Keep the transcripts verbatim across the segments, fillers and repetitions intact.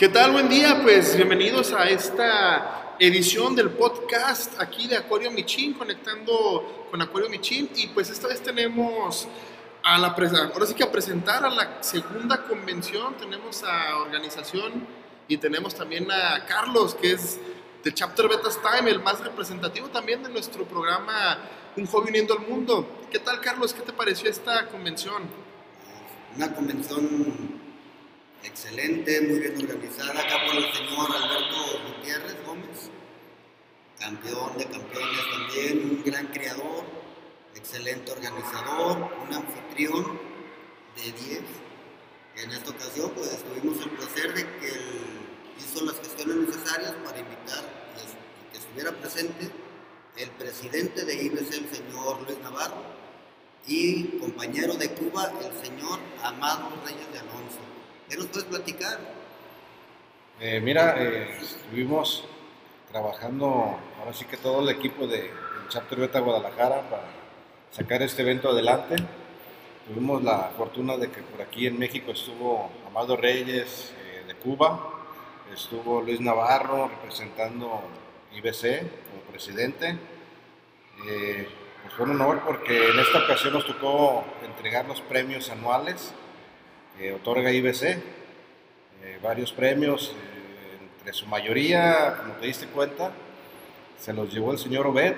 ¿Qué tal? Buen día, pues bienvenidos a esta edición del podcast aquí de Acuario Michin, conectando con Acuario Michin. Y pues esta vez tenemos a la ahora sí que a presentar a la segunda convención. Tenemos a organización y tenemos también a Carlos, que es de Chapter Betas Time, el más representativo también de nuestro programa Un Hobby Uniendo al Mundo. ¿Qué tal, Carlos? ¿Qué te pareció esta convención? Una convención excelente, muy bien organizada, acá por el señor Alberto Gutiérrez Gómez, campeón de campeones también, un gran creador, excelente organizador, un anfitrión de diez. En esta ocasión pues tuvimos el placer de que él hizo las gestiones necesarias para invitar y que estuviera presente el presidente de I B C, el señor Luis Navarro, y compañero de Cuba, el señor Amado Reyes de Alonso. ¿Qué nos puedes platicar? Eh, mira, eh, estuvimos trabajando, ahora sí que todo el equipo de, del Chapter Beta Guadalajara para sacar este evento adelante. Tuvimos la fortuna de que por aquí en México estuvo Amado Reyes eh, de Cuba, estuvo Luis Navarro representando I B C como presidente. Eh, pues fue un honor porque en esta ocasión nos tocó entregar los premios anuales que otorga I B C, eh, varios premios, eh, entre su mayoría, como te diste cuenta, se los llevó el señor Obed.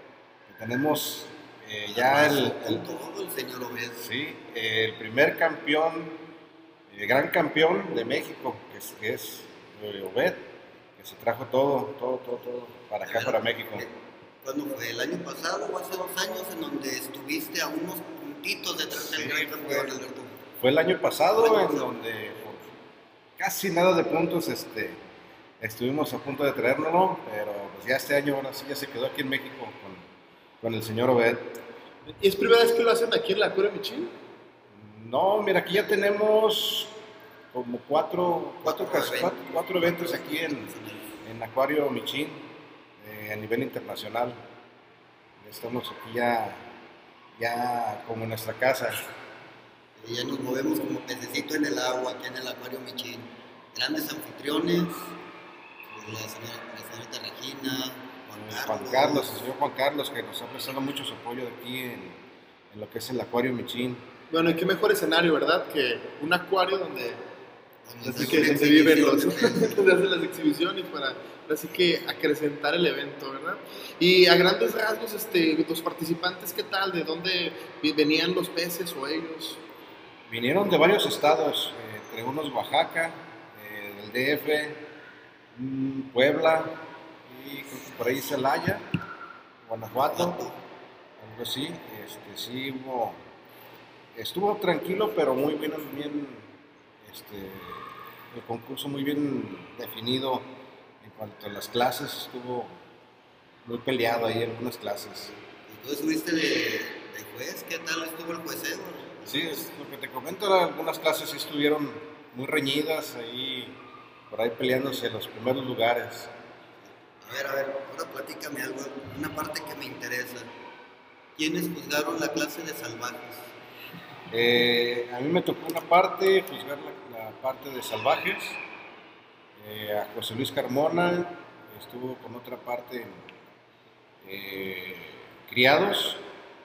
Tenemos eh, ya el, el, el señor Obed. Sí, eh, el primer campeón, el gran campeón de México, que es, que es eh, Obed, que se trajo todo, todo, todo, todo para acá, para México. ¿Cuándo fue? ¿El año pasado o hace dos años en donde estuviste a unos puntitos detrás del sí, gran campeón, Alberto? Fue el año pasado en donde por casi nada de puntos este, estuvimos a punto de traérnoslo, pero pues ya este año ahora sí ya se quedó aquí en México con, con el señor Obed. ¿Y es primera vez que lo hacen aquí en la Acuario Michin? No, mira, aquí ya tenemos como cuatro, cuatro, cuatro, cuatro, cuatro eventos aquí en, en Acuario Michin eh, a nivel internacional. Estamos aquí ya, ya como en nuestra casa. Y ya nos movemos como pececito en el agua, aquí en el Acuario Michin. Grandes anfitriones, la, señora, la señorita Regina, Juan Carlos. Juan Carlos, el señor Juan Carlos, que nos ha prestado mucho su apoyo aquí en, en lo que es el Acuario Michin. Bueno, y qué mejor escenario, ¿verdad? Que un acuario donde, así que, donde viven los, donde hacen las exhibiciones para así que acrecentar el evento, ¿verdad? Y a grandes rasgos, este, los participantes, ¿qué tal? ¿De dónde venían los peces o ellos? Vinieron de varios estados, eh, entre unos Oaxaca, eh, del D F, mmm, Puebla y por ahí Celaya, Guanajuato, algo así. Este, sí hubo, estuvo tranquilo, pero muy bien, bien este, el concurso muy bien definido en cuanto a las clases, estuvo muy peleado ahí en algunas clases. ¿Y tú estuviste de, de juez? ¿Qué tal estuvo el jueceo? Sí, es lo que te comento, algunas clases sí estuvieron muy reñidas, ahí por ahí peleándose en los primeros lugares. A ver, a ver, ahora platícame algo, una parte que me interesa. ¿Quiénes juzgaron la clase de salvajes? Eh, a mí me tocó una parte, juzgar la, la parte de salvajes, eh, a José Luis Carmona, estuvo con otra parte eh, criados,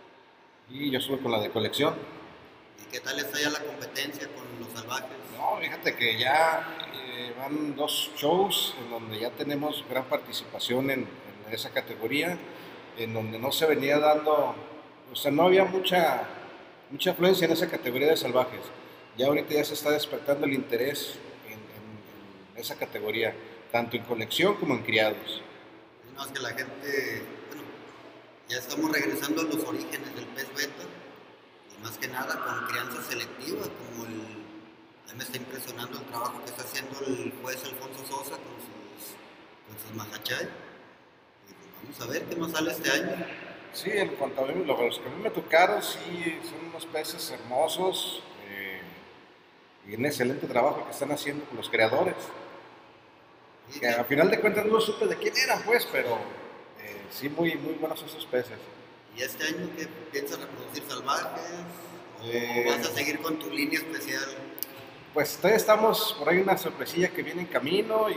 y yo estuve con la de colección. ¿Y qué tal está ya la competencia con los salvajes? No, fíjate que ya eh, van dos shows en donde ya tenemos gran participación en, en esa categoría, en donde no se venía dando, o sea, no había mucha, mucha afluencia en esa categoría de salvajes. Ya ahorita ya se está despertando el interés en, en, en esa categoría, tanto en colección como en criados. No, es que la gente, bueno, ya estamos regresando a los orígenes del pez beta. Más que nada con crianza selectiva, como el, a mí me está impresionando el trabajo que está haciendo el juez Alfonso Sosa con sus, con sus majachay. Y pues vamos a ver qué más sale este año. Sí, en cuanto a mí, los que a mí me tocaron, sí, son unos peces hermosos eh, y un excelente trabajo que están haciendo con los creadores. Sí, que al final de cuentas no supe de quién eran, pues, pero eh, sí, muy, muy buenos esos peces. ¿Y este año qué piensas reproducir salvajes? ¿O Eh, vas a seguir con tu línea especial? Pues todavía estamos por ahí una sorpresilla que viene en camino y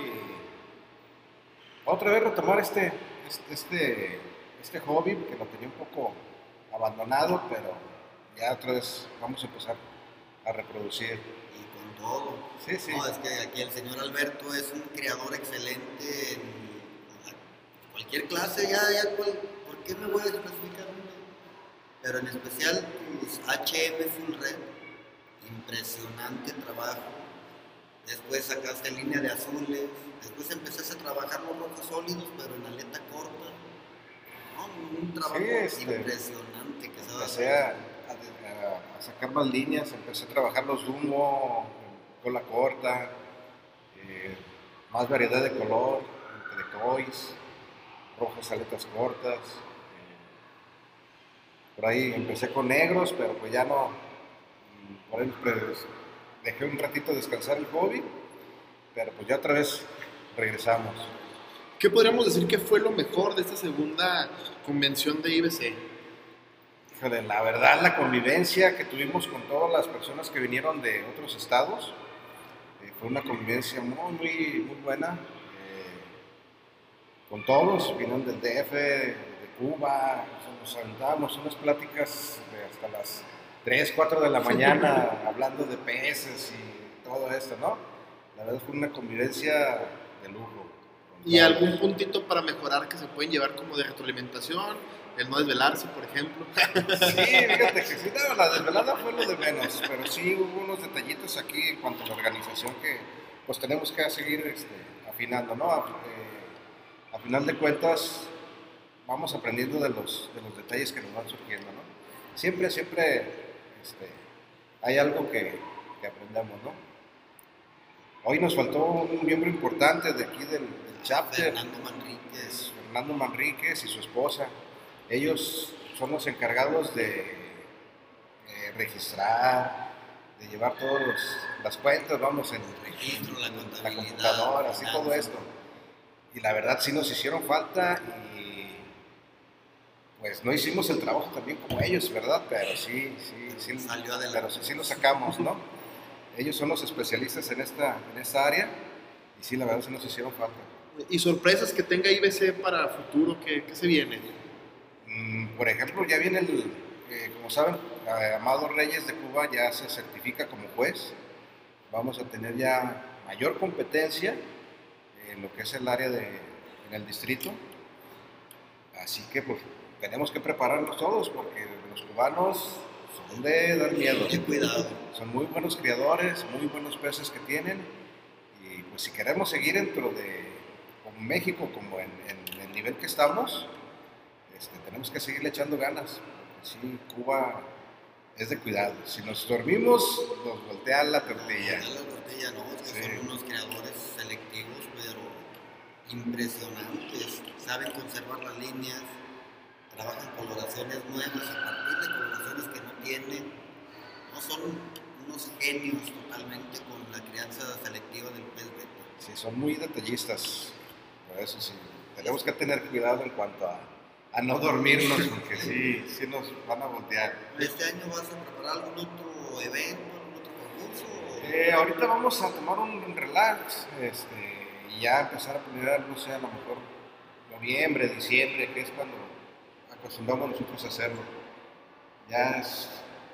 otra vez retomar este, este, este, este hobby que lo tenía un poco abandonado, pero ya otra vez vamos a empezar a reproducir. Y con todo. Sí, sí. No, es que aquí el señor Alberto es un creador excelente en cualquier clase, ya, ya, cual, ¿por qué me voy a especificar uno? Pero en especial tus H M Full Red, impresionante trabajo. Después sacaste línea de azules, después empezaste a trabajar los rojos sólidos, pero en aleta corta. No, un trabajo Sí, este, impresionante que se va a empecé hacer. a, a, a sacar más líneas, empecé a trabajar los Dumbo, cola corta, eh, más variedad de color, entre toys, rojas aletas cortas. Eh, por ahí empecé con negros, pero pues ya no, por ahí pues, dejé un ratito descansar el hobby, pero pues ya otra vez regresamos. ¿Qué podríamos decir que fue lo mejor de esta segunda convención de I B C? Híjole, la verdad, la convivencia que tuvimos con todas las personas que vinieron de otros estados, eh, fue una convivencia muy, muy, muy buena. Eh, con todos, vinieron del D F, de Cuba, nos aventábamos unas pláticas de hasta las tres, cuatro de la mañana hablando de peces y todo esto, ¿no? La verdad fue una convivencia de lujo. ¿Y algún puntito para mejorar que se pueden llevar como de retroalimentación? El no desvelarse, por ejemplo. Sí, fíjate que sí, no, la desvelada fue lo de menos, pero sí hubo unos detallitos aquí en cuanto a la organización que pues tenemos que seguir este, afinando, ¿no? A, eh, a final de cuentas vamos aprendiendo de los, de los detalles que nos van surgiendo, ¿no? Siempre, siempre este, hay algo que, que aprendamos, ¿no? Hoy nos faltó un miembro importante de aquí del, del chapter, Fernando Manríquez. Fernando Manríquez y su esposa. Ellos son los encargados de eh, registrar, de llevar todas las cuentas, vamos, en El registro, la contabilidad, la computadora, así finanzas. todo esto. Y la verdad sí nos hicieron falta y pues no hicimos el trabajo también como ellos, ¿verdad? Pero sí, sí, sí, Salió adelante. pero sí, sí lo sacamos, ¿no? Ellos son los especialistas en esta, en esta área y sí, la verdad sí nos hicieron falta. ¿Y sorpresas que tenga I B C para futuro? ¿Qué, qué se viene? Mm, por ejemplo, ya viene el, eh, como saben, eh, Amado Reyes de Cuba ya se certifica como juez. Vamos a tener ya mayor competencia en lo que es el área de, en el distrito. Así que pues tenemos que prepararnos todos porque los cubanos son de dar miedo. Ten cuidado. Son muy buenos criadores, muy buenos peces que tienen. Y pues si queremos seguir dentro de como México, como en, en el nivel que estamos, este, tenemos que seguirle echando ganas. Porque sí, Cuba es de cuidado. Si nos dormimos, nos voltea la tortilla. No, la tortilla no, es que Sí. son unos creadores selectivos, pero impresionantes. Saben conservar las líneas, trabajan coloraciones nuevas a partir de coloraciones que no tienen. No son unos genios totalmente con la crianza selectiva del pez beta. Sí, son muy detallistas. Por eso sí, tenemos que tener cuidado en cuanto a, a no dormirnos, porque sí, sí nos van a voltear. ¿Este año vas a preparar algún otro evento, algún otro concurso? o- Eh, ahorita vamos a tomar un relax este, y ya empezar a planear, no sé, a lo mejor noviembre, diciembre, que es cuando acostumbramos nosotros a hacerlo. Ya es,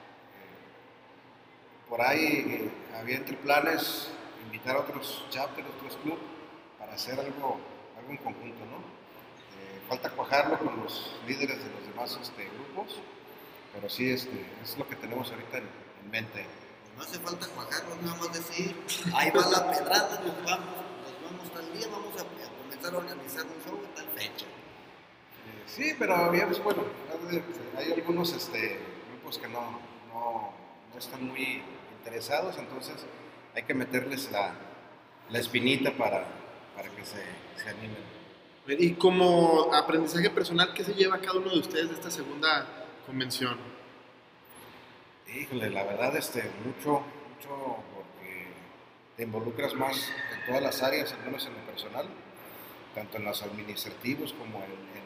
eh, por ahí eh, había entre planes invitar a otros chapters, otros clubes, para hacer algo, algo en conjunto, ¿no? Eh, falta cuajarlo con los líderes de los demás este, grupos, pero sí este, es lo que tenemos ahorita en, en mente. No hace falta cuajarlo, nada más decir, ahí va la pedrada, nos vamos, nos vamos tal día, vamos a, a comenzar a organizar un show a tal fecha. Eh, sí, pero había, pues, bueno, hay algunos este, grupos que no, no, no están muy interesados, entonces hay que meterles la, la espinita para, para que se, se animen. Y como aprendizaje personal, ¿qué se lleva cada uno de ustedes de esta segunda convención? Híjole, la verdad, este, mucho, mucho, porque te involucras más en todas las áreas, al menos en lo personal, tanto en los administrativos como en, en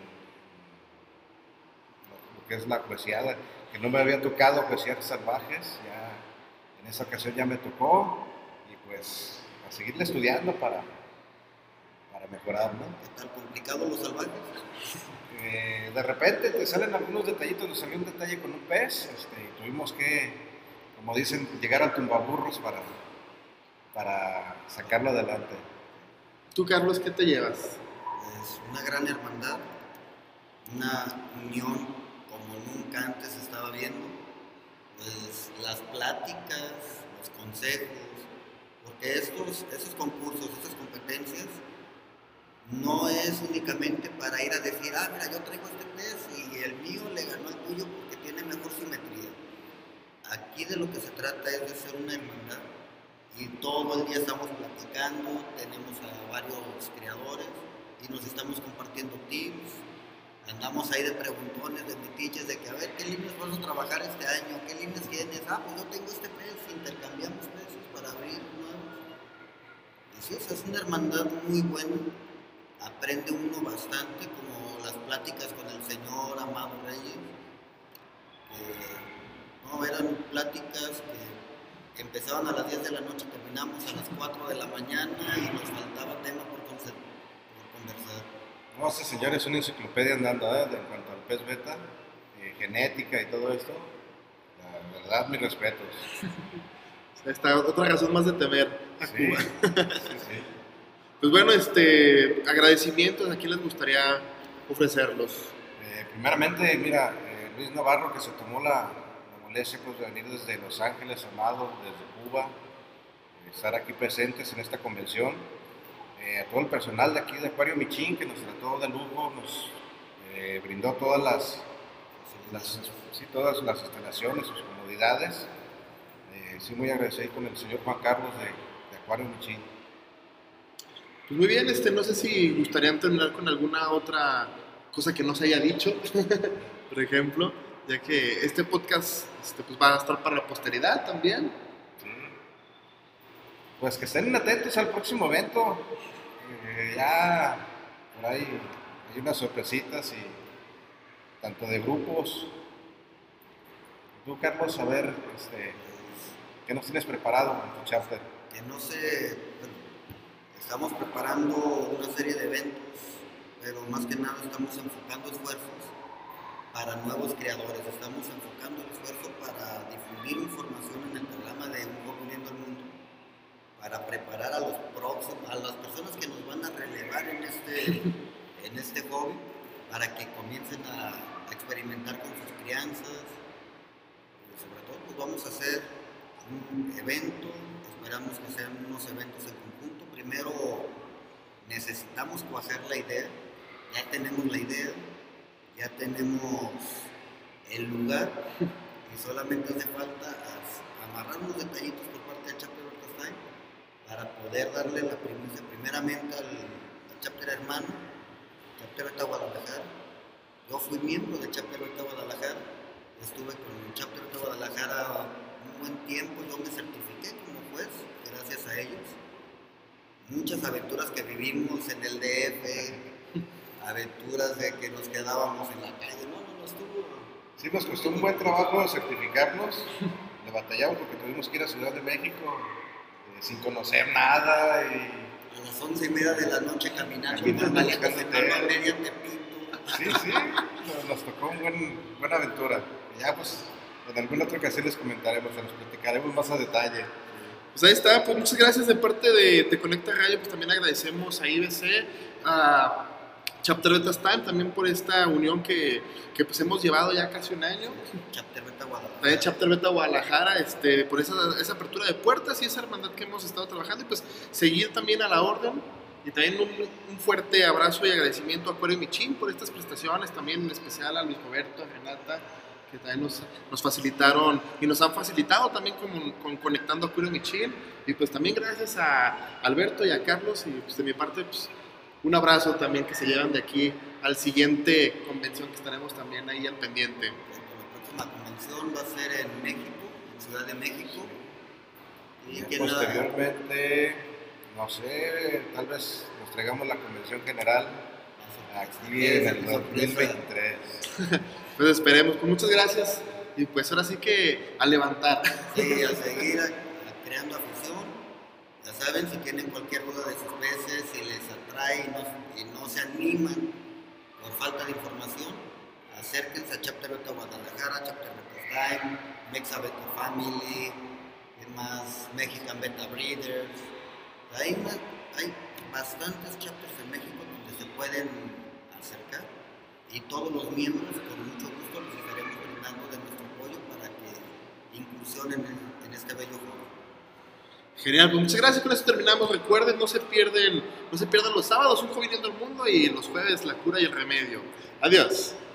lo, lo que es la jueceada, que no me había tocado juecear salvajes, ya en esa ocasión ya me tocó, pues a seguirle estudiando para, para mejorar, ¿no? ¿Qué tal complicado los salvajes? Eh, de repente te salen algunos detallitos, nos salió un detalle con un pez, este, y tuvimos que, como dicen, llegar al tumbaburros para, para sacarlo adelante. Tú, Carlos, ¿qué te llevas? Pues una gran hermandad, una unión como nunca antes estaba viendo, pues las pláticas, los consejos, porque estos, esos concursos, estas competencias, no es únicamente para ir a decir, ah, mira, yo traigo este pez y el mío le ganó al tuyo porque tiene mejor simetría. Aquí de lo que se trata es de ser una hermandad y todo el día estamos platicando, tenemos a varios creadores y nos estamos compartiendo tips, andamos ahí de preguntones, de metiches, de que a ver qué líneas vamos a trabajar este año, qué líneas tienes, ah, pues yo tengo este pez, intercambiamos peces para abrir nuevos. Y sí, o sea, es una hermandad muy buena. Aprende uno bastante, como las pláticas con el señor Amado Reyes, que no, eran pláticas que empezaban a las diez de la noche, terminamos a las cuatro de la mañana y nos faltaba tema por, conversar. No, ese señor es una enciclopedia andando, ¿eh? En cuanto al pez beta, eh, genética y todo esto, la verdad, mis respetos. Esta otra razón más de temer a Sí, Cuba. sí, sí. Pues bueno, este, agradecimientos, ¿a quién les gustaría ofrecerlos? Eh, primeramente, mira, eh, Luis Navarro, que se tomó la, la molestia pues, de venir desde Los Ángeles, Amado, desde Cuba, eh, estar aquí presentes en esta convención. Eh, a todo el personal de aquí de Acuario Michín, que nos trató de lujo, nos eh, brindó todas las, las, sí, todas las instalaciones, sus comodidades. Eh, sí, muy agradecido con el señor Juan Carlos de, de Acuario Michín. Pues muy bien, este, no sé si gustarían terminar con alguna otra cosa que no se haya dicho, por ejemplo, ya que este podcast este, pues va a estar para la posteridad también. Sí. Pues que estén atentos al próximo evento. Eh, ya por ahí hay unas sorpresitas y tanto de grupos. Tú, Carlos, a ver, este, ¿qué nos tienes preparado en tu chapter? Que no sé, bueno, estamos preparando una serie de eventos, pero más que nada estamos enfocando esfuerzos para nuevos creadores, estamos enfocando el esfuerzo para difundir información en el programa de Un Joven Uniendo el Mundo, para preparar a los próximos, a las personas que nos van a relevar en este, en este hobby, para que comiencen a, a experimentar con sus crianzas. Y sobre todo, pues vamos a hacer un evento, esperamos que sean unos eventos en conjunto. Primero necesitamos coacer la idea, ya tenemos la idea, ya tenemos el lugar y solamente hace falta amarrar unos detallitos por parte de Chapter Berta para poder darle la primicia primeramente al, al Chapter hermano, Chapter Berta Guadalajara. Yo fui miembro de Chapter Berta Guadalajara, estuve con Chapter Berta Guadalajara un buen tiempo, yo me certifiqué como juez gracias a ellos. Muchas aventuras que vivimos en el D F, aventuras de que nos quedábamos en la calle, no, no, no estuvo. Sí, nos costó un buen trabajo certificarnos, le batallamos porque tuvimos que ir a Ciudad de México eh, sin conocer nada y... A las once y media de la noche caminando, Caminando, por buscando Valeria, hotel. Tepito. Sí, sí, nos, nos tocó una buen, buena aventura. Y ya pues en alguna otra ocasión les comentaremos, les platicaremos más a detalle. Pues ahí está, pues muchas gracias de parte de Te Conecta Radio, pues también agradecemos a I B C, a Chapter Beta Stand, también por esta unión que, que pues hemos llevado ya casi un año. Chapter Beta Guadalajara. De Chapter Beta Guadalajara, este, por esa, esa apertura de puertas y esa hermandad que hemos estado trabajando y pues seguir también a la orden. Y también un, un fuerte abrazo y agradecimiento a Acuario Michín por estas prestaciones, también en especial a Luis Roberto, a Renata, que también nos, nos facilitaron y nos han facilitado también con, con Conectando Acuario Michín. Y pues también gracias a Alberto y a Carlos y pues de mi parte pues un abrazo también que se llevan de aquí al siguiente convención que estaremos también ahí al pendiente. La próxima convención va a ser en México, en Ciudad de México. Y Y que posteriormente, no sé, tal vez nos traigamos la convención general aquí en el dos mil veintitrés. Pues esperemos, pues muchas gracias y pues ahora sí que a levantar. Sí, a seguir a, a creando afición, saben, si tienen cualquier duda de sus peces, si les atrae y no, y no se animan por falta de información, acérquense a Chapter Beta Guadalajara, Chapter Beta Time, Mexa Beta Family, más Mexican Beta Breeders. Hay, más, hay bastantes chapters en México donde se pueden acercar y todos los miembros con mucho gusto les estaremos brindando de nuestro apoyo para que incursionen en, en este bello juego. Genial, pues muchas gracias, con eso terminamos. Recuerden, no se pierden, no se pierdan los sábados, un joven viendo el mundo, y los jueves la cura y el remedio. Adiós.